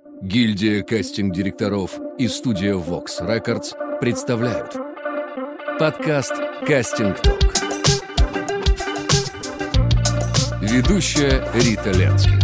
Гильдия кастинг-директоров и студия Vox Records представляют подкаст «Кастинг Ток». Ведущая Рита Ленских.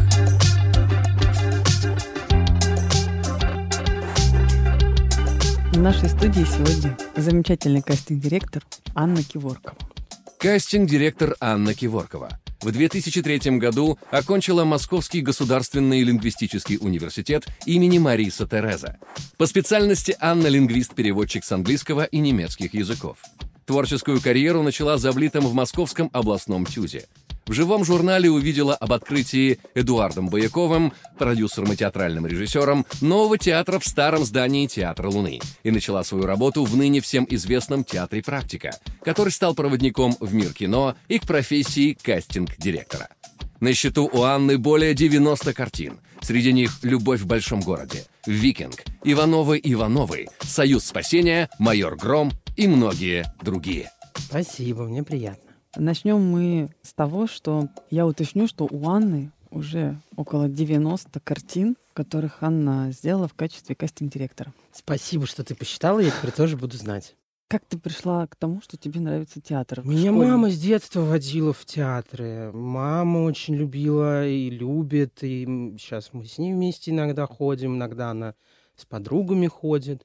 В нашей студии сегодня замечательный кастинг-директор Анна Киворкова. Кастинг-директор Анна Киворкова в 2003 году окончила Московский государственный лингвистический университет имени Мариса Тереза. По специальности Анна лингвист-переводчик с английского и немецких языков. Творческую карьеру начала завлитом в Московском областном ТЮЗе. В живом журнале увидела об открытии Эдуардом Бояковым, продюсером и театральным режиссером, нового театра в старом здании Театра Луны и начала свою работу в ныне всем известном Театре «Практика», который стал проводником в мир кино и к профессии кастинг-директора. На счету у Анны более 90 картин. Среди них «Любовь в большом городе», «Викинг», «Ивановы», «Союз спасения», «Майор Гром» и многие другие. Спасибо, мне приятно. Начнем мы с того, что я уточню, что у Анны уже около 90 картин, которых Анна сделала в качестве кастинг-директора. Спасибо, что ты посчитала, я теперь тоже буду знать. Как ты пришла к тому, что тебе нравится театр? Меня мама с детства водила в театры. Мама очень любила и любит, и сейчас мы с ней вместе иногда ходим, иногда она с подругами ходит.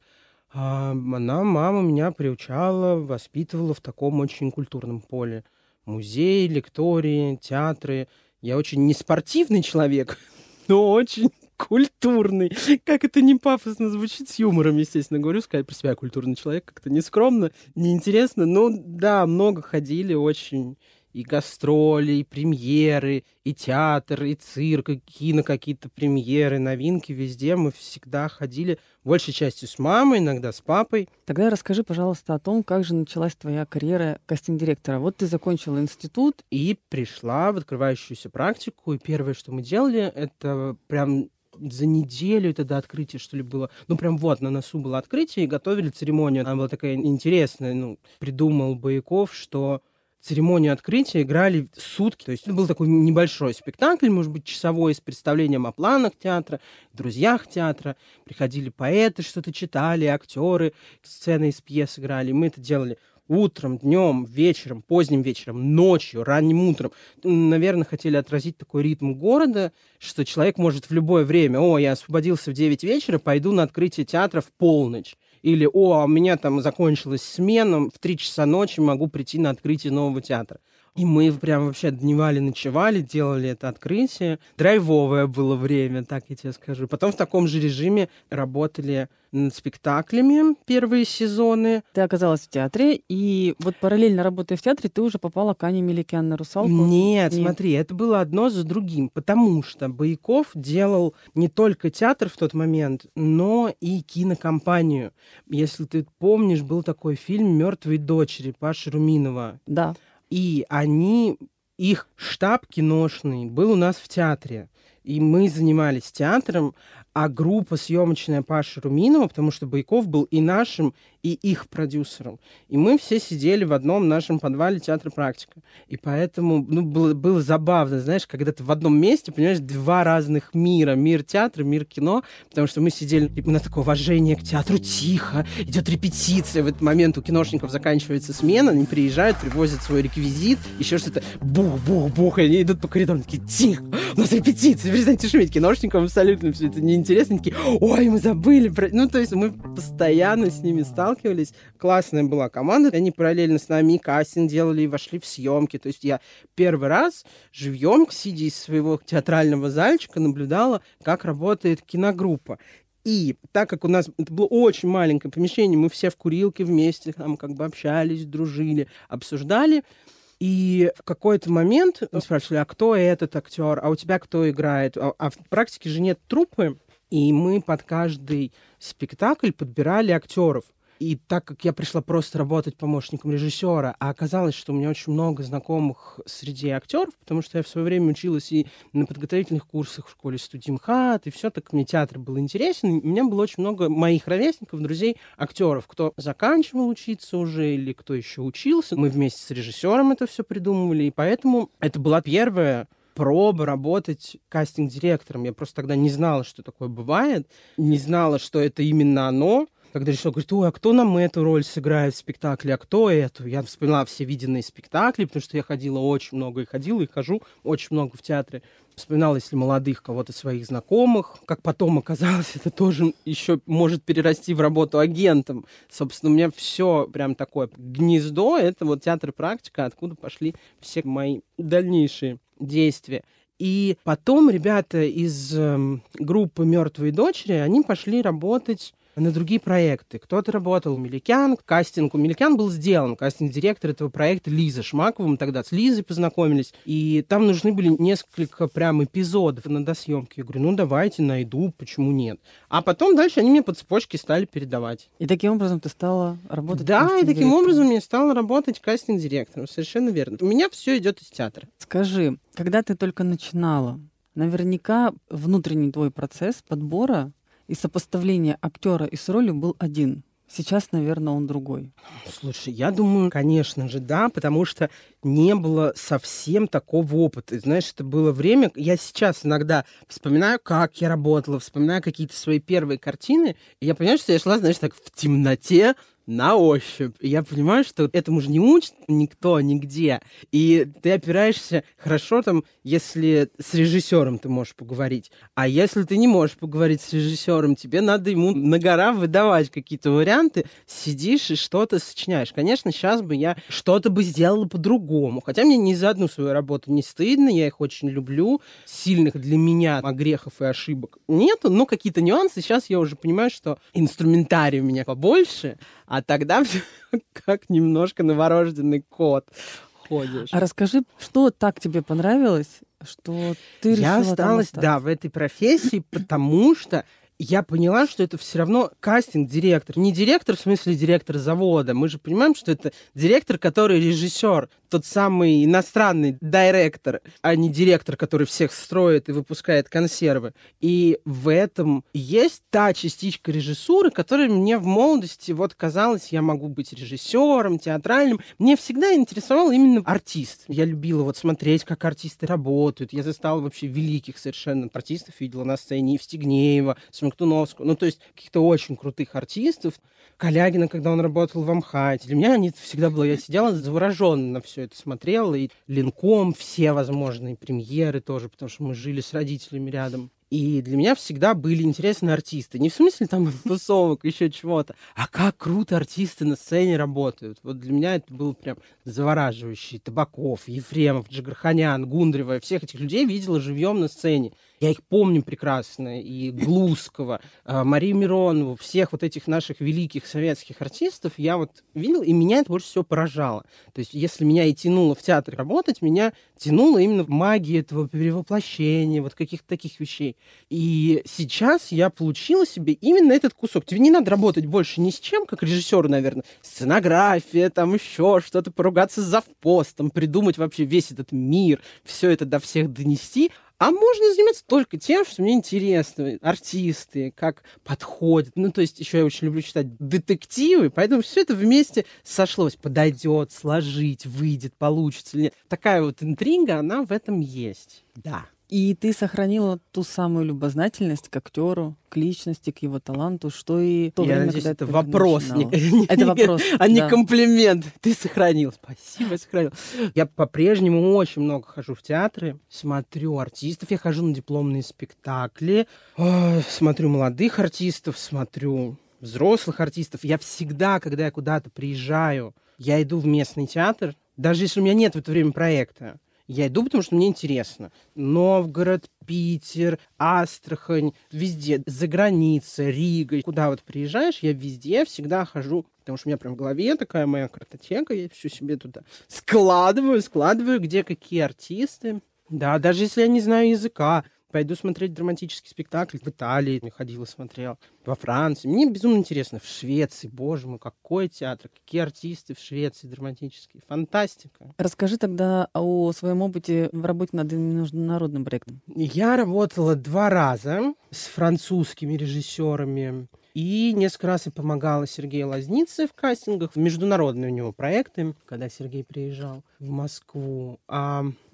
Мама меня приучала, воспитывала в таком очень культурном поле. Музей, лектории, театры. Я очень неспортивный человек, но очень культурный. Как это не пафосно звучит, с юмором, естественно, говорю. Сказать про себя культурный человек как-то не скромно, неинтересно. Но да, много ходили очень. И гастроли, и премьеры, и театр, и цирк, и кино, какие-то премьеры, новинки. Везде мы всегда ходили, большей частью с мамой, иногда с папой. Тогда расскажи, пожалуйста, о том, как же началась твоя карьера кастинг-директора. Вот ты закончила институт. И пришла в открывающуюся практику. И первое, что мы делали, это прям за неделю, это до открытия, что ли, было. Прям вот, на носу было открытие, и готовили церемонию. Она была такая интересная. Придумал Бояков, что церемонию открытия играли сутки. То есть это был такой небольшой спектакль, может быть, часовой, с представлением о планах театра, друзьях театра. Приходили поэты, что-то читали, актеры, сцены из пьес играли. Мы это делали утром, днем, вечером, поздним вечером, ночью, ранним утром. Наверное, хотели отразить такой ритм города, что человек может в любое время: я освободился в 9 вечера, пойду на открытие театра в полночь. Или, у меня там закончилась смена, в 3 часа ночи могу прийти на открытие нового театра. И мы прям вообще дневали-ночевали, делали это открытие. Драйвовое было время, так я тебе скажу. Потом в таком же режиме работали над спектаклями первые сезоны. Ты оказалась в театре, и вот параллельно работая в театре, ты уже попала к Ане Меликян на «Русалку». Нет, смотри, это было одно за другим, потому что Бояков делал не только театр в тот момент, но и кинокомпанию. Если ты помнишь, был такой фильм «Мертвые дочери» Паши Руминова. Да. И их штаб киношный был у нас в театре. И мы занимались театром, а группа съемочная Паши Руминова, потому что Бояков был и нашим, и их продюсером. И мы все сидели в одном нашем подвале театра «Практика». И поэтому было забавно, знаешь, когда ты в одном месте, понимаешь, 2 разных мира. Мир театра, мир кино. Потому что мы сидели, и у нас такое уважение к театру, тихо, идет репетиция. В этот момент у киношников заканчивается смена, они приезжают, привозят свой реквизит, еще что-то, бух-бух-бух, и они идут по коридору, такие: тихо, у нас репетиция, перестаньте шуметь. Киношникам абсолютно все это неинтересно, такие: ой, мы забыли. То есть мы постоянно с ними сталкивались. Классная была команда. Они параллельно с нами и кастинг делали, и вошли в съемки. То есть я первый раз живьем, сидя из своего театрального зальчика, наблюдала, как работает киногруппа. И так как у нас это было очень маленькое помещение, мы все в курилке вместе там как бы общались, дружили, обсуждали. И в какой-то момент мы спрашивали: а кто этот актер, а у тебя кто играет? А в практике же нет труппы, и мы под каждый спектакль подбирали актеров. И так как я пришла просто работать помощником режиссера, а оказалось, что у меня очень много знакомых среди актеров, потому что я в свое время училась и на подготовительных курсах в школе студмхат, и все, так мне театр был интересен. У меня было очень много моих ровесников, друзей, актеров, кто заканчивал учиться уже или кто еще учился. Мы вместе с режиссером это все придумывали, и поэтому это была первая проба работать кастинг-директором. Я просто тогда не знала, что такое бывает, не знала, что это именно оно. Когда решила, говорит, ой, а кто нам эту роль сыграет в спектакле, а кто эту? Я вспоминала все виденные спектакли, потому что я ходила очень много, и ходила, и хожу очень много в театре. Вспоминала, если молодых кого-то своих знакомых. Как потом оказалось, это тоже еще может перерасти в работу агентом. Собственно, у меня все прям такое гнездо. Это вот театр практика, откуда пошли все мои дальнейшие действия. И потом ребята из группы «Мертвые дочери», они пошли работать на другие проекты. Кто-то работал у Меликян, кастинг у Меликян был сделан. Кастинг-директор этого проекта Лиза Шмакова. Мы тогда с Лизой познакомились. И там нужны были несколько прям эпизодов на досъемке. Я говорю, ну давайте, найду, почему нет. А потом дальше они мне по цепочке стали передавать. И таким образом ты стала работать Да, и таким кастинг-директором. образом я стала работать кастинг-директором. Совершенно верно. У меня все идет из театра. Скажи, когда ты только начинала, наверняка внутренний твой процесс подбора и сопоставления актера и с ролью был один. Сейчас, наверное, он другой. Слушай, я думаю, конечно же, да, потому что не было совсем такого опыта. Знаешь, это было время... Я сейчас иногда вспоминаю, как я работала, вспоминаю какие-то свои первые картины, и я понимаю, что я шла, знаешь, так в темноте, на ощупь. И я понимаю, что этому же не учит никто, нигде. И ты опираешься, хорошо там, если с режиссером ты можешь поговорить. А если ты не можешь поговорить с режиссером, тебе надо ему на гора выдавать какие-то варианты, сидишь и что-то сочиняешь. Конечно, сейчас бы я что-то бы сделала по-другому. Хотя мне ни за одну свою работу не стыдно, я их очень люблю. Сильных для меня грехов и ошибок нету, но какие-то нюансы. Сейчас я уже понимаю, что инструментарий у меня побольше, а тогда как немножко новорожденный кот ходишь. А расскажи, что так тебе понравилось, что ты решила Я там осталась, остаться? да, в этой профессии, потому что я поняла, что это все равно кастинг-директор. Не директор в смысле директор завода. Мы же понимаем, что это директор, который режиссер, тот самый иностранный директор, а не директор, который всех строит и выпускает консервы. И в этом есть та частичка режиссуры, которая мне в молодости вот казалось, я могу быть режиссером, театральным. Мне всегда интересовал именно артист. Я любила вот смотреть, как артисты работают. Я застала вообще великих совершенно артистов, видела на сцене Евстигнеева, Смоктуновского, ну, то есть каких-то очень крутых артистов. Калягина, когда он работал в Амхате. Для меня это всегда было... Я сидела завороженно на все это смотрела. И Ленком, все возможные премьеры тоже, потому что мы жили с родителями рядом. И для меня всегда были интересны артисты. Не в смысле там тусовок, еще чего-то, а как круто артисты на сцене работают. Вот для меня это было прям завораживающе. Табаков, Ефремов, Джигарханян, Гундарева. Всех этих людей видела живьем на сцене. Я их помню прекрасно. И Глузского, Марию Миронову, всех вот этих наших великих советских артистов я вот видела, и меня это больше всего поражало. То есть если меня и тянуло в театр работать, меня тянуло именно магия этого перевоплощения, вот каких-то таких вещей. И сейчас я получила себе именно этот кусок. Тебе не надо работать больше ни с чем, как режиссеру, наверное. Сценография, там еще что-то, поругаться с завпостом, придумать вообще весь этот мир, все это до всех донести. А можно заниматься только тем, что мне интересно. Артисты, как подходят. Ну, то есть еще я очень люблю читать детективы, поэтому все это вместе сошлось. Подойдет, сложить, выйдет, получится или нет. Такая вот интрига, она в этом есть. Да. И ты сохранила ту самую любознательность к актеру, к личности, к его таланту, что и в то Я время, надеюсь, когда это ты вопрос, начинала. Это вопрос, а не да. комплимент. Ты сохранил. Спасибо, сохранил. Я по-прежнему очень много хожу в театры, смотрю артистов, я хожу на дипломные спектакли, смотрю молодых артистов, смотрю взрослых артистов. Я всегда, когда я куда-то приезжаю, я иду в местный театр, даже если у меня нет в это время проекта. Я иду, потому что мне интересно. Новгород, Питер, Астрахань, везде, за границей, Рига. Куда вот приезжаешь, я везде всегда хожу, потому что у меня прям в голове такая моя картотека, я все себе туда складываю, где какие артисты. Да, даже если я не знаю языка, пойду смотреть драматический спектакль в Италии, ходила, смотрела, во Франции. Мне безумно интересно. В Швеции, боже мой, какой театр, какие артисты в Швеции драматические. Фантастика. Расскажи тогда о своем опыте в работе над международным проектом. Я работала 2 раза с французскими режиссерами. И несколько раз я помогала Сергею Лазнице в кастингах, в международные у него проекты, когда Сергей приезжал в Москву.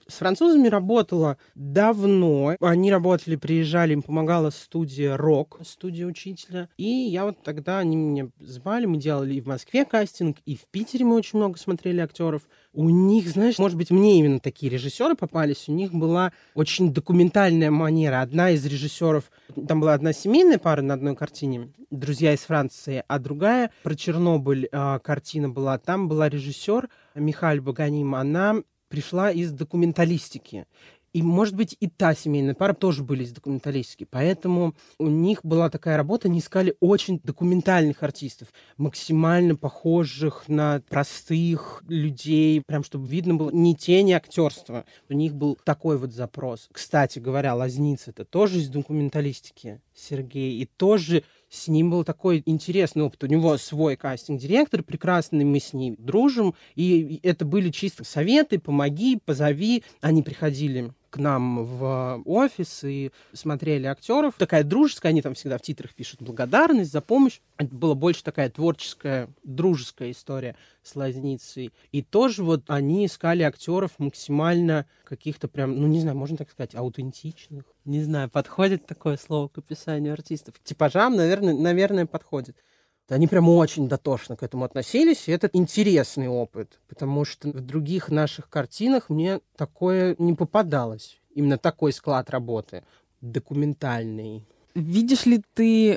С французами работала давно. Они работали, приезжали, им помогала студия «Рок», студия учителя. И я вот тогда, они меня звали, мы делали и в Москве кастинг, и в Питере мы очень много смотрели актеров. У них, знаешь, может быть, мне именно такие режиссеры попались, у них была очень документальная манера. Одна из режиссеров, там была одна семейная пара на одной картине, «Друзья из Франции», а другая про Чернобыль картина была. Там была режиссер Михаль Баганим, она пришла из документалистики. И, может быть, и та семейная пара тоже были из документалистики. Поэтому у них была такая работа, они искали очень документальных артистов, максимально похожих на простых людей, прям чтобы видно было ни тени актерства. У них был такой вот запрос. Кстати говоря, Лозниц это тоже из документалистики, Сергей, и тоже с ним был такой интересный опыт. У него свой кастинг-директор прекрасный, мы с ней дружим, и это были чисто советы, помоги, позови. Они приходили к нам в офис и смотрели актеров. Такая дружеская, они там всегда в титрах пишут благодарность за помощь. Это была больше такая творческая, дружеская история с Лозницей. И тоже вот они искали актеров максимально каких-то прям, ну не знаю, можно так сказать, аутентичных. Не знаю, подходит такое слово к описанию артистов. К типажам, наверное, подходит. Они прям очень дотошно к этому относились, и это интересный опыт, потому что в других наших картинах мне такое не попадалось. Именно такой склад работы, документальный. Видишь ли ты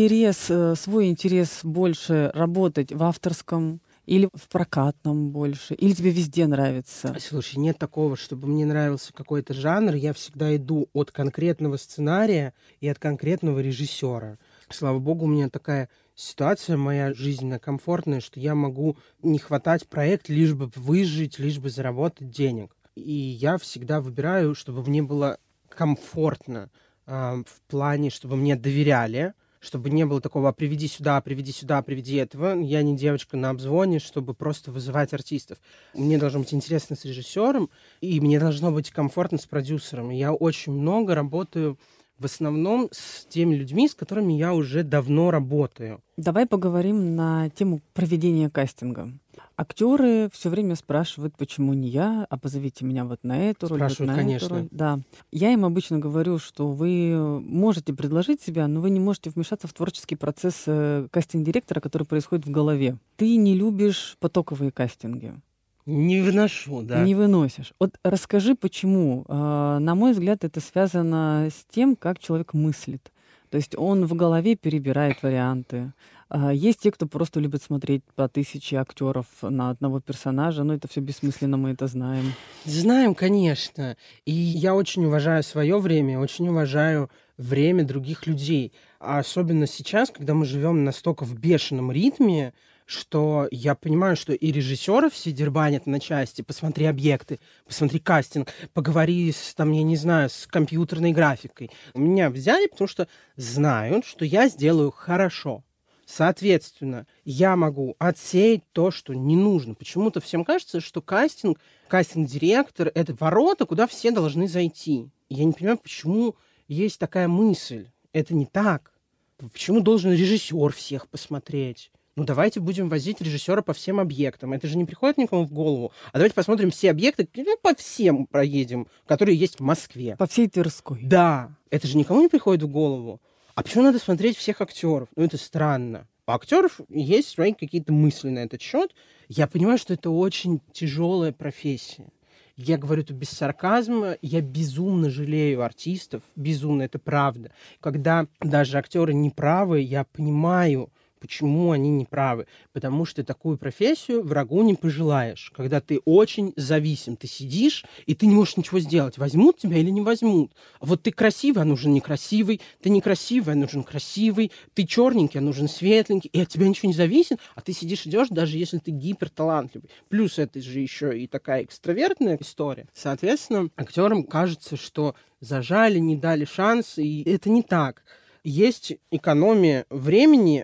свой интерес больше работать в авторском или в прокатном больше? Или тебе везде нравится? Слушай, нет такого, чтобы мне нравился какой-то жанр. Я всегда иду от конкретного сценария и от конкретного режиссера. Слава богу, у меня такая ситуация моя жизненно комфортная, что я могу не хватать проект, лишь бы выжить, лишь бы заработать денег. И я всегда выбираю, чтобы мне было комфортно в плане, чтобы мне доверяли, чтобы не было такого приведи сюда, приведи этого. Я не девочка на обзвоне, чтобы просто вызывать артистов. Мне должно быть интересно с режиссером, и мне должно быть комфортно с продюсером. Я очень много работаю в основном с теми людьми, с которыми я уже давно работаю. Давай поговорим на тему проведения кастинга. Актеры все время спрашивают, почему не я, а позовите меня вот на эту роль, вот на конечно. эту роль. Да. Я им обычно говорю, что вы можете предложить себя, но вы не можете вмешаться в творческий процесс кастинг-директора, который происходит в голове. Ты не любишь потоковые кастинги. Не выношу, да. Не выносишь. Вот расскажи, почему. На мой взгляд, это связано с тем, как человек мыслит. То есть он в голове перебирает варианты. Есть те, кто просто любит смотреть по 1000 актеров на одного персонажа, но это все бессмысленно, мы это знаем. Знаем, конечно. И я очень уважаю свое время, очень уважаю время других людей. А особенно сейчас, когда мы живем настолько в бешеном ритме, что я понимаю, что и режиссеры все дербанят на части. Посмотри объекты, посмотри кастинг, поговори с, там, я не знаю, с компьютерной графикой. Меня взяли, потому что знают, что я сделаю хорошо. Соответственно, я могу отсеять то, что не нужно. Почему-то всем кажется, что кастинг-директор — это ворота, куда все должны зайти. И я не понимаю, почему есть такая мысль. Это не так. Почему должен режиссер всех посмотреть? Ну, давайте будем возить режиссера по всем объектам. Это же не приходит никому в голову. А давайте посмотрим все объекты, по всем проедем, которые есть в Москве. По всей Тверской. Да, это же никому не приходит в голову. А почему надо смотреть всех актеров? Ну, это странно. У актеров есть свои какие-то мысли на этот счет. Я понимаю, что это очень тяжелая профессия. Я говорю это без сарказма. Я безумно жалею артистов. Безумно, это правда. Когда даже актеры неправы, я понимаю, почему они неправы. Потому что такую профессию врагу не пожелаешь. Когда ты очень зависим, ты сидишь, и ты не можешь ничего сделать. Возьмут тебя или не возьмут. Вот ты красивый, а нужен некрасивый. Ты некрасивый, а нужен красивый. Ты черненький, а нужен светленький. И от тебя ничего не зависит, а ты сидишь, идешь, даже если ты гиперталантливый. Плюс это же еще и такая экстравертная история. Соответственно, актерам кажется, что зажали, не дали шанс, и это не так. Есть экономия времени,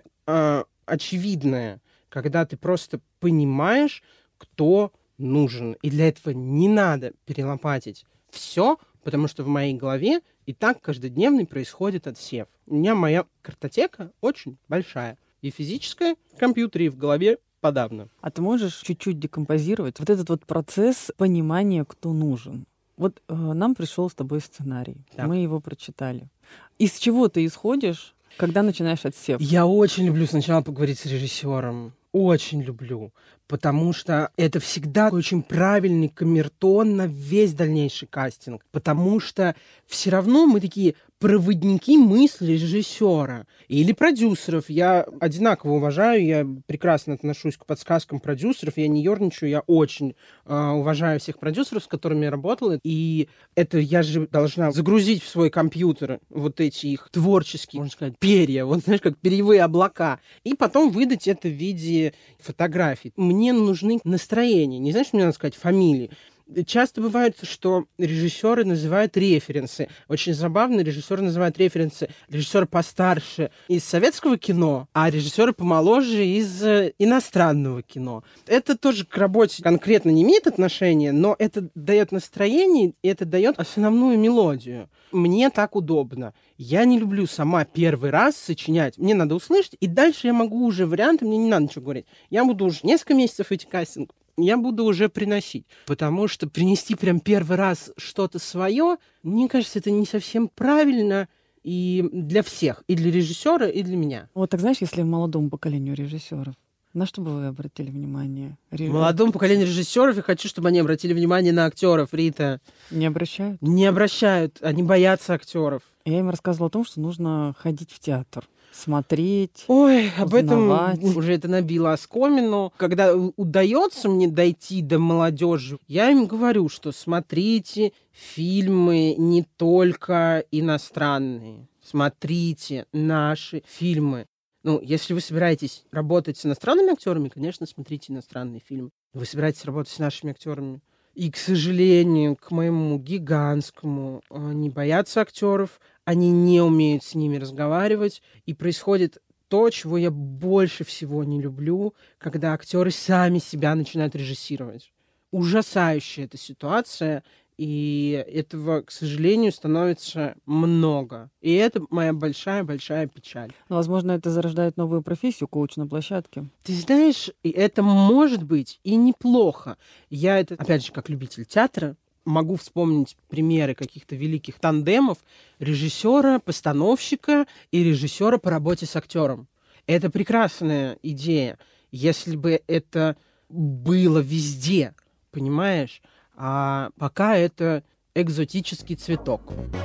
очевидная, когда ты просто понимаешь, кто нужен. И для этого не надо перелопатить все, потому что в моей голове и так каждодневный происходит отсев. У меня моя картотека очень большая. И физическая в компьютере, и в голове подавно. А ты можешь чуть-чуть декомпозировать вот этот вот процесс понимания, кто нужен? Вот нам пришел с тобой сценарий, Так. мы его прочитали. Из чего ты исходишь, когда начинаешь отсев? Я очень люблю сначала поговорить с режиссером. Очень люблю. Потому что это всегда очень правильный камертон на весь дальнейший кастинг. Потому что все равно мы такие проводники мысли режиссера или продюсеров. Я одинаково уважаю, я прекрасно отношусь к подсказкам продюсеров, я не ерничаю, я очень уважаю всех продюсеров, с которыми я работала. И это я же должна загрузить в свой компьютер вот эти их творческие, можно сказать, перья, вот знаешь, как перьевые облака, и потом выдать это в виде фотографий. Мне нужны настроения, не знаешь, мне надо сказать фамилии. Часто бывает, что режиссеры называют референсы. Очень забавно, режиссеры называют референсы режиссеры постарше из советского кино, а режиссеры помоложе из иностранного кино. Это тоже к работе конкретно не имеет отношения, но это дает настроение, и это дает основную мелодию. Мне так удобно. Я не люблю сама первый раз сочинять. Мне надо услышать, и дальше я могу уже варианты, мне не надо ничего говорить. Я буду уже несколько месяцев идти кастинг, я буду уже приносить. Потому что принести прям первый раз что-то свое, мне кажется, это не совсем правильно и для всех. И для режиссера, и для меня. Вот так знаешь, если молодому поколению режиссеров, на что бы вы обратили внимание? Молодому поколению режиссеров я хочу, чтобы они обратили внимание на актеров, Рита. Не обращают? Не обращают, они боятся актеров. Я им рассказывала о том, что нужно ходить в театр, смотреть. Ой, об узнавать. этом уже это набило оскомину. Когда удается мне дойти до молодежи, я им говорю, что смотрите фильмы не только иностранные. Смотрите наши фильмы. Ну, если вы собираетесь работать с иностранными актерами, конечно, смотрите иностранные фильмы. Вы собираетесь работать с нашими актерами. И, к сожалению, к моему гигантскому, не боятся актеров, они не умеют с ними разговаривать, и происходит то, чего я больше всего не люблю, когда актеры сами себя начинают режиссировать. Ужасающая эта ситуация, и этого, к сожалению, становится много. И это моя большая-большая печаль. Но, возможно, это зарождает новую профессию, коуч на площадке. Ты знаешь, и это может быть и неплохо. Я это, опять же, как любитель театра, могу вспомнить примеры каких-то великих тандемов режиссера, постановщика и режиссера по работе с актером. Это прекрасная идея, если бы это было везде, понимаешь? А пока это экзотический цветок.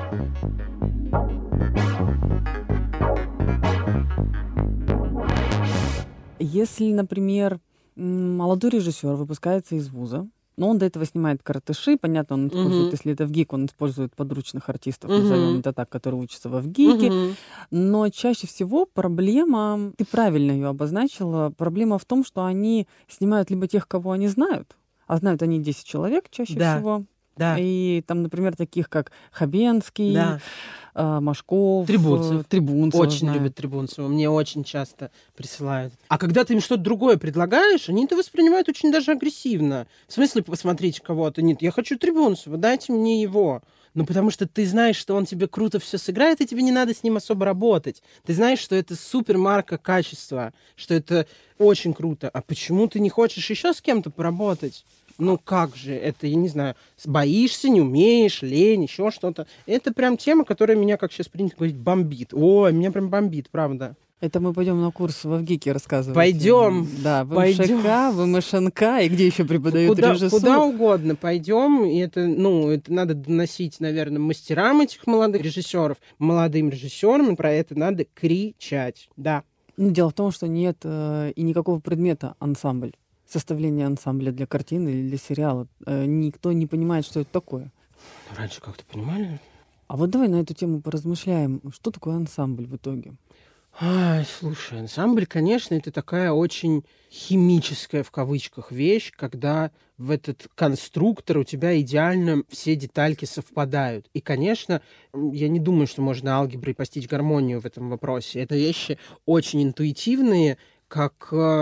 Если, например, молодой режиссер выпускается из вуза, но он до этого снимает «Коротыши», понятно, он использует, если это ВГИК, он использует подручных артистов, назовем это так, которые учатся во ВГИКе. Но чаще всего проблема, ты правильно ее обозначила, проблема в том, что они снимают либо тех, кого они знают, а знают они 10 человек чаще всего. Да. И там, например, таких как Хабенский, Машков, Трибунцев. Очень знаю. любят Трибунцева. Мне очень часто присылают. А когда ты им что-то другое предлагаешь, они это воспринимают очень даже агрессивно. В смысле, посмотрите кого-то. Нет, я хочу Трибунцева, дайте мне его. Ну, потому что ты знаешь, что он тебе круто все сыграет, и тебе не надо с ним особо работать. Ты знаешь, что это супермарка качества, что это очень круто. А почему ты не хочешь еще с кем-то поработать? Ну как же, это, я не знаю, боишься, не умеешь, лень, еще что-то. Это прям тема, которая меня, как сейчас принято говорить, бомбит. Ой, меня прям бомбит, правда. Это мы пойдем на курс во ВГИКе рассказывать. Пойдем. Да, в МШК, в МШНК, и где еще преподают режиссуру. Куда угодно пойдем. И это, это надо доносить, наверное, мастерам этих молодых режиссеров, молодым режиссерам. Про это надо кричать, да. Дело в том, что нет и никакого предмета ансамбль. Составление ансамбля для картины или для сериала. Никто не понимает, что это такое. Раньше как-то понимали. А вот давай на эту тему поразмышляем. Что такое ансамбль в итоге? Ай, слушай, ансамбль, конечно, это такая очень химическая, в кавычках, вещь, когда в этот конструктор у тебя идеально все детальки совпадают. И, конечно, я не думаю, что можно алгеброй постичь гармонию в этом вопросе. Это вещи очень интуитивные, как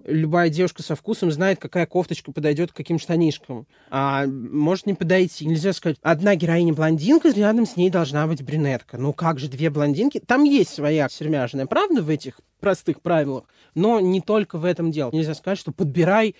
Любая девушка со вкусом знает, какая кофточка подойдет к каким штанишкам. А может не подойти. Нельзя сказать, одна героиня блондинка, рядом с ней должна быть брюнетка. Ну как же две блондинки? Там есть своя сермяжная правда в этих простых правилах, но не только в этом дело. Нельзя сказать, что подбирай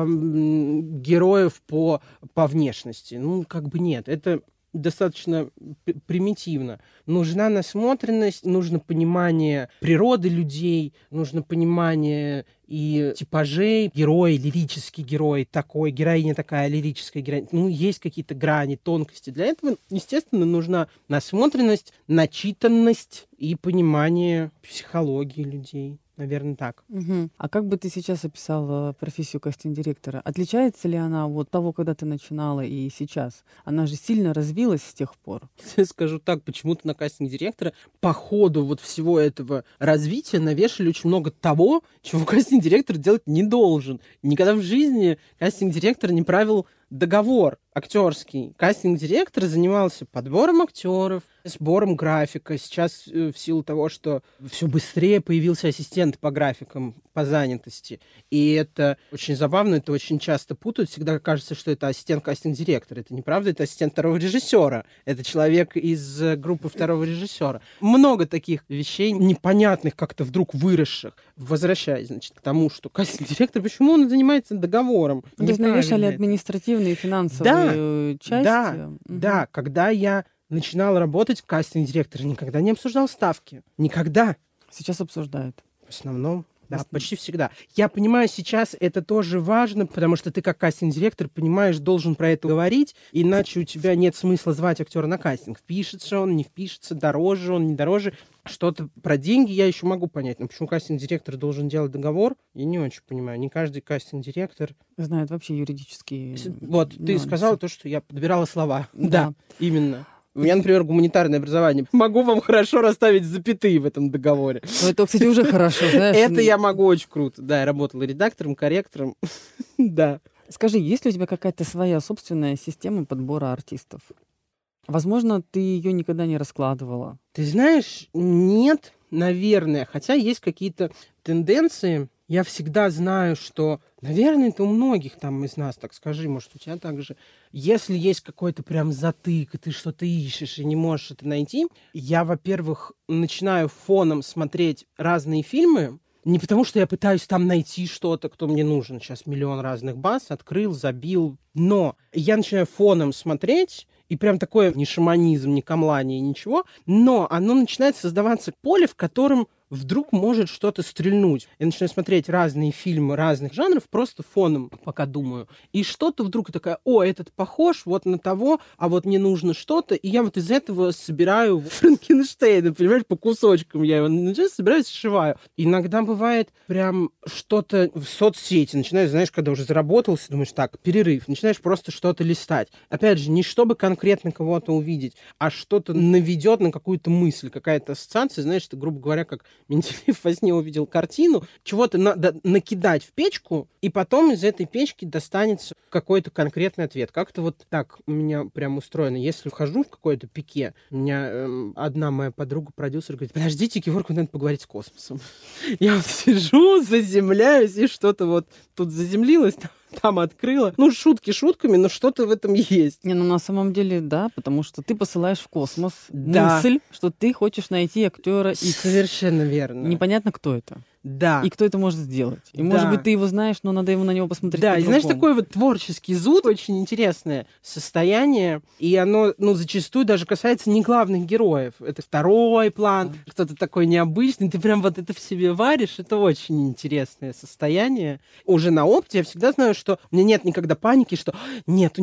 героев по внешности. Ну, как бы нет. Это достаточно примитивно. Нужна насмотренность, нужно понимание природы людей, нужно понимание и типажей. Герой, лирический герой, такой, героиня такая, лирическая героиня. Ну, есть какие-то грани, тонкости. Для этого, естественно, нужна насмотренность, начитанность и понимание психологии людей. Наверное, так. Угу. А как бы ты сейчас описала профессию кастинг-директора? Отличается ли она от того, когда ты начинала, и сейчас? Она же сильно развилась с тех пор. Скажу так, почему-то на кастинг-директора по ходу вот всего этого развития навешали очень много того, чего кастинг-директор делать не должен. Никогда в жизни кастинг-директор не правил договор актерский. Кастинг-директор занимался подбором актеров, сбором графика. Сейчас в силу того, что все быстрее появился ассистент по графикам, по занятости. И это очень забавно, это очень часто путают. Всегда кажется, что это ассистент кастинг-директора. Это неправда, это ассистент второго режиссера. Это человек из группы второго режиссера. Много таких вещей непонятных, как-то вдруг выросших. Возвращаясь, значит, к тому, что кастинг-директор, почему он занимается договором? То есть навешали административные и финансовые части? Да, когда я начинала работать, кастинг-директор никогда не обсуждал ставки. Никогда. Сейчас обсуждают. В основном, да, почти всегда. Я понимаю, сейчас это тоже важно, потому что ты как кастинг-директор, понимаешь, должен про это говорить, иначе у тебя нет смысла звать актера на кастинг. Впишется он, не впишется, дороже он, не дороже. Что-то про деньги я еще могу понять, но почему кастинг-директор должен делать договор, я не очень понимаю. Не каждый кастинг-директор знает вообще юридические Вот, ты сказала то, что я подбирала слова. Да. Да, именно. У меня, например, гуманитарное образование. Могу вам хорошо расставить запятые в этом договоре. Ну, это, кстати, уже хорошо, знаешь. Это я могу очень круто. Да, я работала редактором, корректором. Да. Скажи, есть ли у тебя какая-то своя собственная система подбора артистов? Возможно, ты ее никогда не раскладывала. Ты знаешь, нет, наверное. Хотя есть какие-то тенденции. Я всегда знаю, что, наверное, это у многих там из нас, так скажи, может, у тебя так же. Если есть какой-то прям затык, и ты что-то ищешь и не можешь это найти, я, во-первых, начинаю фоном смотреть разные фильмы, не потому что я пытаюсь там найти что-то, кто мне нужен. Сейчас миллион разных баз, открыл, забил. Но я начинаю фоном смотреть, и прям такое не шаманизм, не камлание, ничего, но оно начинает создаваться поле, в котором вдруг может что-то стрельнуть. Я начинаю смотреть разные фильмы разных жанров, просто фоном, пока думаю. И что-то вдруг такая, о, этот похож вот на того, а вот мне нужно что-то. И я вот из этого собираю Франкенштейна, понимаешь, по кусочкам я его начинаю собирать, сшиваю. Иногда бывает прям что-то в соцсети. Начинаешь, знаешь, когда уже заработался, думаешь, так, перерыв. Начинаешь просто что-то листать. Опять же, не чтобы конкретно кого-то увидеть, а что-то наведет на какую-то мысль, какая-то ассоциация. Знаешь, это, грубо говоря, как Менделеев во сне увидел картину, чего-то надо накидать в печку, и потом из этой печки достанется какой-то конкретный ответ. Как-то вот так у меня прям устроено. Если вхожу в какое-то пике, у меня одна моя подруга-продюсер говорит, подождите, Геворг, надо поговорить с космосом. Я вот сижу, заземляюсь, и что-то вот тут заземлилось, там открыла. Ну, шутки шутками, но что-то в этом есть. Не, ну на самом деле, да, потому что ты посылаешь в космос мысль, что ты хочешь найти актера X. Совершенно верно. Непонятно, кто это. Да. И кто это может сделать. И, может быть, ты его знаешь, но надо его на него посмотреть Да, и по-другому. знаешь, такой вот творческий зуд, очень интересное состояние, и оно, ну, зачастую даже касается не главных героев. Это второй план, кто-то такой необычный, ты прям вот это в себе варишь, это очень интересное состояние. Уже на опыте я всегда знаю, что у меня нет никогда паники, что нету.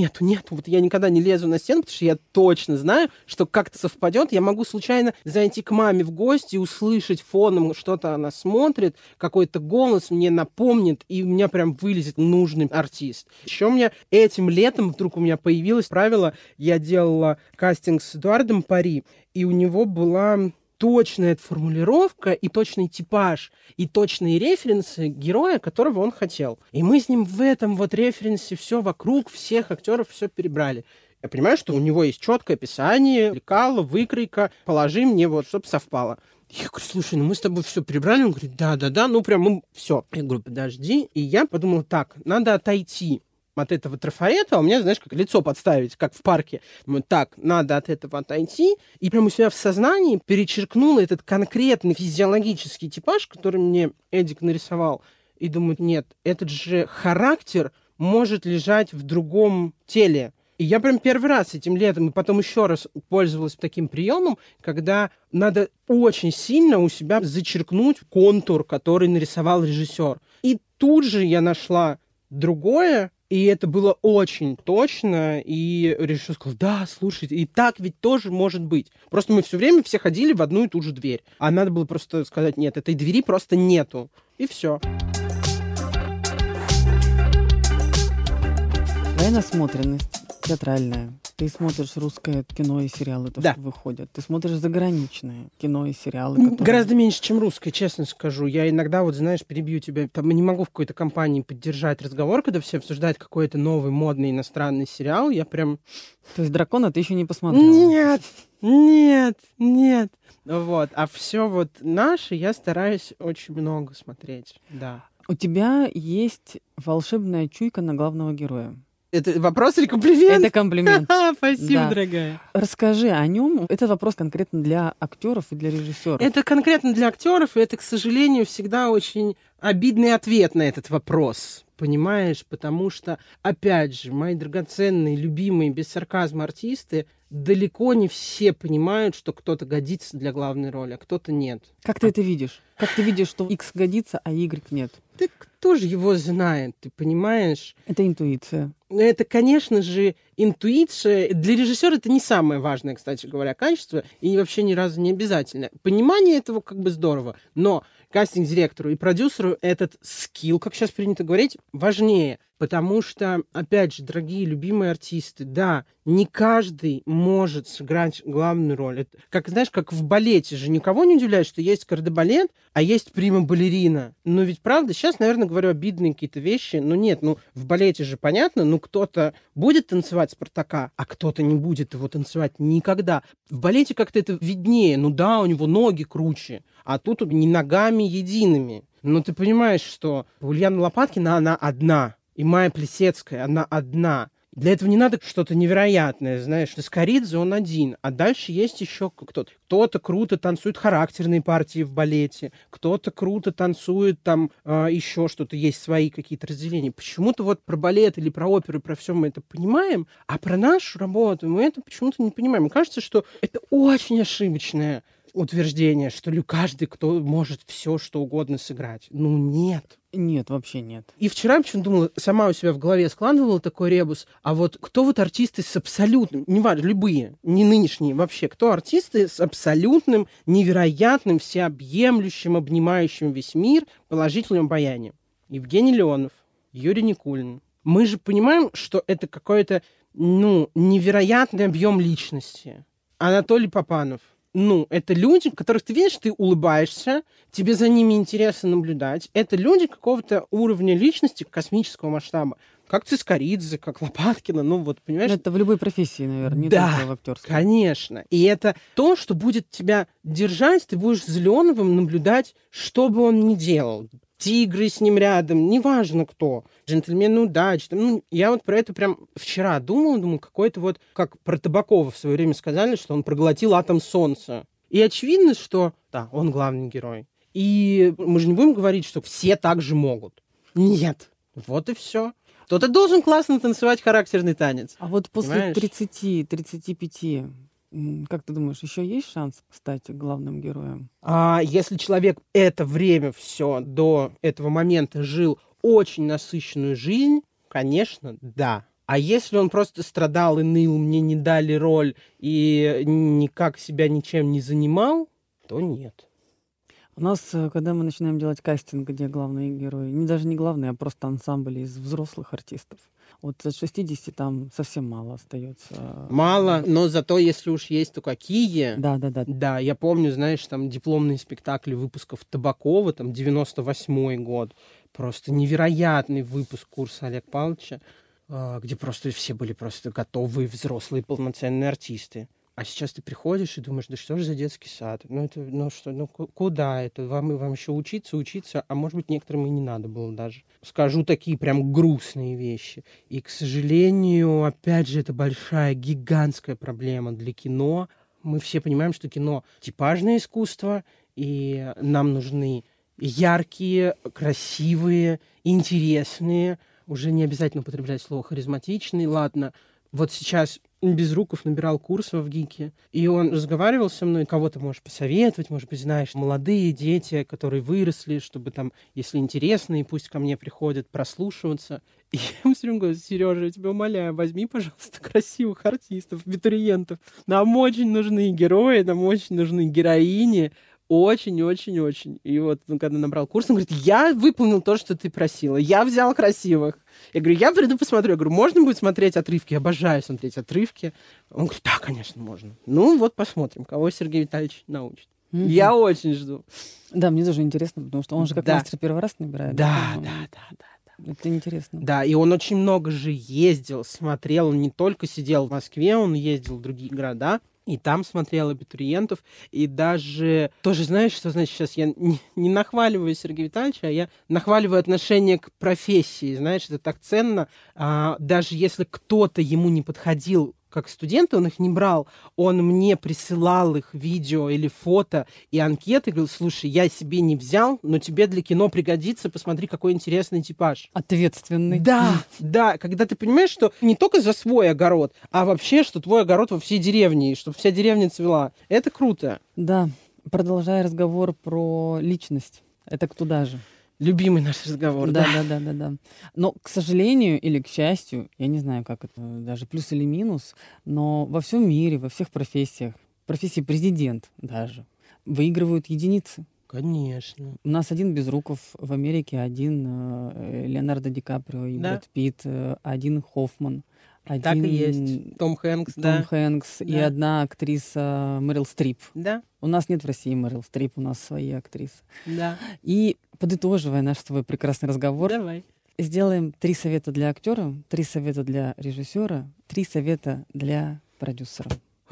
Вот я никогда не лезу на стену, потому что я точно знаю, что как-то совпадет, я могу случайно зайти к маме в гости и услышать фоном что-то она смотрит, какой-то голос мне напомнит, и у меня прям вылезет нужный артист. Еще у меня этим летом вдруг у меня появилось правило, я делала кастинг с Эдуардом Пари, и у него была точная формулировка и точный типаж, и точные референсы героя, которого он хотел. И мы с ним в этом вот референсе все вокруг, всех актеров все перебрали. Я понимаю, что у него есть четкое описание, лекало, выкройка, положи мне вот, чтобы совпало. Я говорю, слушай, ну мы с тобой все прибрали. Он говорит, да, ну прям мы все. Я говорю, подожди. И я подумал, так, надо отойти от этого трафарета, а у меня, знаешь, как лицо подставить, как в парке. Думаю, так, надо от этого отойти. И прямо у себя в сознании перечеркнула этот конкретный физиологический типаж, который мне Эдик нарисовал. И думаю, нет, этот же характер может лежать в другом теле. И я прям первый раз этим летом, и потом еще раз пользовалась таким приемом, когда надо очень сильно у себя зачеркнуть контур, который нарисовал режиссер. И тут же я нашла другое, и это было очень точно, и режиссер сказал, да, слушайте, и так ведь тоже может быть. Просто мы все время все ходили в одну и ту же дверь. А надо было просто сказать, нет, этой двери просто нету. И все. Твоя насмотренность театральная. Ты смотришь русское кино и сериалы, то, Да. что выходят. Ты смотришь заграничное кино и сериалы, которые... Гораздо меньше, чем русское, честно скажу. Я иногда, вот знаешь, перебью тебя, там не могу в какой-то компании поддержать разговор, когда все обсуждают какой-то новый модный иностранный сериал. Я прям... То есть «Дракона» ты еще не посмотрела? Нет. Вот. А все вот наше я стараюсь очень много смотреть. Да. У тебя есть волшебная чуйка на главного героя. Это вопрос или комплимент? Это комплимент. Спасибо, Да. дорогая. Расскажи о нем. Это вопрос конкретно для актеров и для режиссеров. Это конкретно для актеров, и это, к сожалению, всегда очень обидный ответ на этот вопрос. Понимаешь? Потому что, опять же, мои драгоценные, любимые, без сарказма артисты, далеко не все понимают, что кто-то годится для главной роли, а кто-то нет. Как ты это видишь? Как ты видишь, что X годится, а Y нет? Да кто же его знает, ты понимаешь? Это интуиция. Это, конечно же, интуиция. Для режиссера это не самое важное, кстати говоря, качество, и вообще ни разу не обязательно. Понимание этого как бы здорово, но кастинг-директору и продюсеру этот скилл, как сейчас принято говорить, важнее. Потому что, опять же, дорогие, любимые артисты, да, не каждый может сыграть главную роль. Это, как, знаешь, как в балете же никого не удивляет, что есть кардебалет, а есть прима-балерина. Но ведь, правда, сейчас, наверное, говорю обидные какие-то вещи, но нет, в балете же понятно, кто-то будет танцевать Спартака, а кто-то не будет его танцевать никогда. В балете как-то это виднее, да, у него ноги круче, а тут не ногами едиными. Но ты понимаешь, что Ульяна Лопаткина, она одна. И Майя Плисецкая, она одна. Для этого не надо что-то невероятное, знаешь. Скоридзе, он один. А дальше есть еще кто-то. Кто-то круто танцует характерные партии в балете. Кто-то круто танцует там еще что-то. Есть свои какие-то разделения. Почему-то вот про балет или про оперу, про все мы это понимаем, а про нашу работу мы это почему-то не понимаем. Мне кажется, что это очень ошибочное утверждение, что каждый, кто может все, что угодно сыграть. Нет. Нет, вообще нет. И вчера почему-то думала, сама у себя в голове складывала такой ребус, а вот кто вот артисты с абсолютным, неважно, любые, не нынешние вообще, кто артисты с абсолютным, невероятным, всеобъемлющим, обнимающим весь мир положительным обаянием? Евгений Леонов, Юрий Никулин. Мы же понимаем, что это какой-то, невероятный объем личности. Анатолий Папанов. Это люди, которых ты видишь, ты улыбаешься, тебе за ними интересно наблюдать. Это люди какого-то уровня личности космического масштаба. Как Цискоридзе, как Лопаткина, понимаешь? Это в любой профессии, наверное, не только в актерстве. Конечно. И это то, что будет тебя держать, ты будешь с Леоновым наблюдать, что бы он ни делал. Тигры с ним рядом, неважно кто. Джентльмены удачи. Я вот про это прям вчера думал, какой-то как про Табакова в свое время сказали, что он проглотил атом солнца. И очевидно, что, да, он главный герой. И мы же не будем говорить, что все так же могут. Нет. Вот и все. Кто-то должен классно танцевать характерный танец. А вот после Понимаешь? 30-35, как ты думаешь, еще есть шанс стать главным героем? А если человек это время все до этого момента жил очень насыщенную жизнь, конечно, да. А если он просто страдал и ныл, мне не дали роль и никак себя ничем не занимал, то нет. У нас, когда мы начинаем делать кастинг, где главные герои, даже не главные, а просто ансамбль из взрослых артистов, вот от 60 там совсем мало остается. Мало, но зато если уж есть, то какие. Да. Да, я помню, знаешь, там дипломные спектакли выпусков Табакова, там 98-й год. Просто невероятный выпуск курса Олега Павловича, где просто все были просто готовые взрослые полноценные артисты. А сейчас ты приходишь и думаешь, да что же за детский сад? Ну, это, ну что, ну куда это? Вам еще учиться, а может быть, некоторым и не надо было даже. Скажу такие прям грустные вещи. И, к сожалению, опять же, это большая, гигантская проблема для кино. Мы все понимаем, что кино — типажное искусство, и нам нужны яркие, красивые, интересные, уже не обязательно употреблять слово харизматичный, ладно. Вот сейчас Безруков набирал курс в ГИКе, и он разговаривал со мной, кого ты можешь посоветовать, может быть, знаешь, молодые дети, которые выросли, чтобы там, если интересно, и пусть ко мне приходят прослушиваться. И я ему все время говорю: Сережа, я тебя умоляю, возьми, пожалуйста, красивых артистов, абитуриентов. Нам очень нужны герои, нам очень нужны героини. Очень-очень-очень. И вот, когда набрал курс, он говорит: я выполнил то, что ты просила. Я взял красивых. Я говорю: я приду посмотрю. Я говорю: можно будет смотреть отрывки? Я обожаю смотреть отрывки. Он говорит: да, конечно, можно. Ну, вот посмотрим, кого Сергей Витальевич научит. Я очень жду. Да, мне тоже интересно, потому что он же как мастер первый раз набирает. Да. Это интересно. Да, и он очень много же ездил, смотрел. Он не только сидел в Москве, он ездил в другие города. И там смотрел абитуриентов, и даже тоже, знаешь, что значит сейчас? Я не нахваливаю Сергея Витальевича, а я нахваливаю отношение к профессии, знаешь, это так ценно. Даже если кто-то ему не подходил как студент, он их не брал, он мне присылал их видео или фото и анкеты, говорил: слушай, я себе не взял, но тебе для кино пригодится, посмотри, какой интересный типаж. Ответственный. Да, когда ты понимаешь, что не только за свой огород, а вообще, что твой огород во всей деревне, и чтобы вся деревня цвела. Это круто. Да, продолжая разговор про личность, это туда же. Любимый наш разговор, да. Но, к сожалению или к счастью, я не знаю, как это, даже плюс или минус, но во всем мире, во всех профессиях, профессии президент даже, выигрывают единицы. Конечно. У нас один Безруков в Америке, один Леонардо Ди Каприо и Брэд Питт, один Хоффман. Так и есть. Том Хэнкс, да. И одна актриса Мэрил Стрип. Да. У нас нет в России Мэрил Стрип, у нас свои актрисы. Да. И подытоживая наш с тобой прекрасный разговор, давай. Сделаем 3 совета для актера, 3 совета для режиссера, 3 совета для продюсера.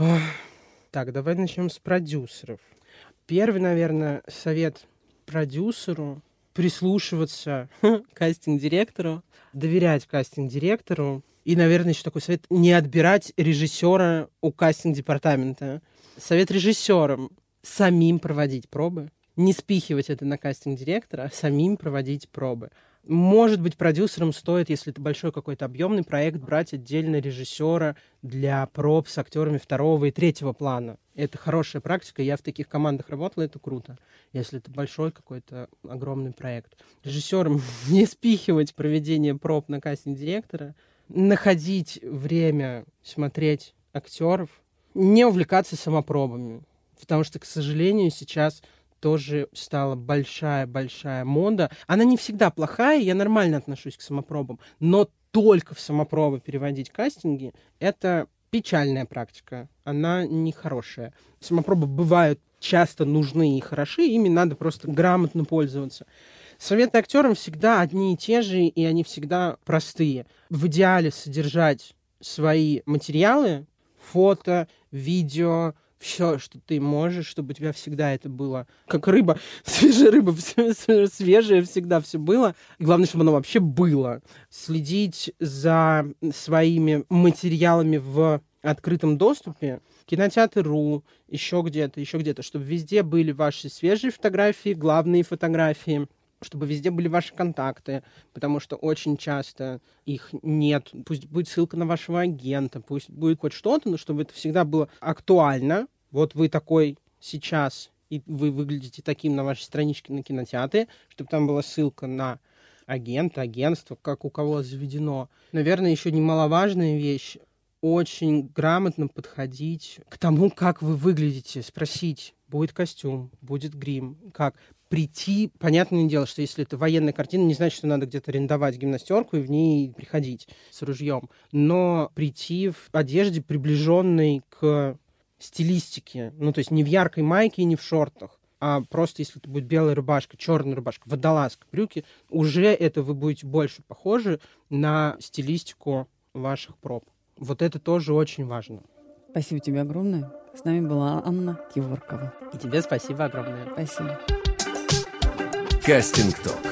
Так, давай начнем с продюсеров. Первый, наверное, совет продюсеру — прислушиваться к кастинг-директору, доверять кастинг-директору. И, наверное, еще такой совет — не отбирать режиссера у кастинг-департамента. Совет режиссерам — самим проводить пробы. Не спихивать это на кастинг-директора, а самим проводить пробы. Может быть, продюсерам стоит, если это большой какой-то объемный проект, брать отдельно режиссера для проб с актерами 2 и 3 плана. Это хорошая практика, я в таких командах работала, это круто, если это большой какой-то огромный проект. Режиссерам не спихивать проведение проб на кастинг-директора, находить время смотреть актеров, не увлекаться самопробами, потому что, к сожалению, сейчас тоже стала большая-большая мода. Она не всегда плохая, я нормально отношусь к самопробам, но только в самопробы переводить кастинги — это печальная практика, она нехорошая. Самопробы бывают часто нужны и хороши, ими надо просто грамотно пользоваться. Советы актерам всегда одни и те же, и они всегда простые. В идеале содержать свои материалы, фото, видео, все, что ты можешь, чтобы у тебя всегда это было как рыба, свежая рыба, свежее всегда все было. И главное, чтобы оно вообще было. Следить за своими материалами в открытом доступе, кинотеатр.ру, еще где-то, чтобы везде были ваши свежие фотографии, главные фотографии, чтобы везде были ваши контакты, потому что очень часто их нет. Пусть будет ссылка на вашего агента, пусть будет хоть что-то, но чтобы это всегда было актуально. Вот вы такой сейчас, и вы выглядите таким на вашей страничке на кинотеатре, чтобы там была ссылка на агента, агентство, как у кого заведено. Наверное, еще немаловажная вещь — очень грамотно подходить к тому, как вы выглядите, спросить, будет костюм, будет грим, как прийти. Понятное дело, что если это военная картина, не значит, что надо где-то арендовать гимнастерку и в ней приходить с ружьем. Но прийти в одежде, приближенной к стилистике. Ну, то есть не в яркой майке и не в шортах, а просто если это будет белая рубашка, черная рубашка, водолазка, брюки, уже это вы будете больше похожи на стилистику ваших проб. Вот это тоже очень важно. Спасибо тебе огромное. С нами была Анна Киворкова. И тебе спасибо огромное. Спасибо. Кастинг Ток.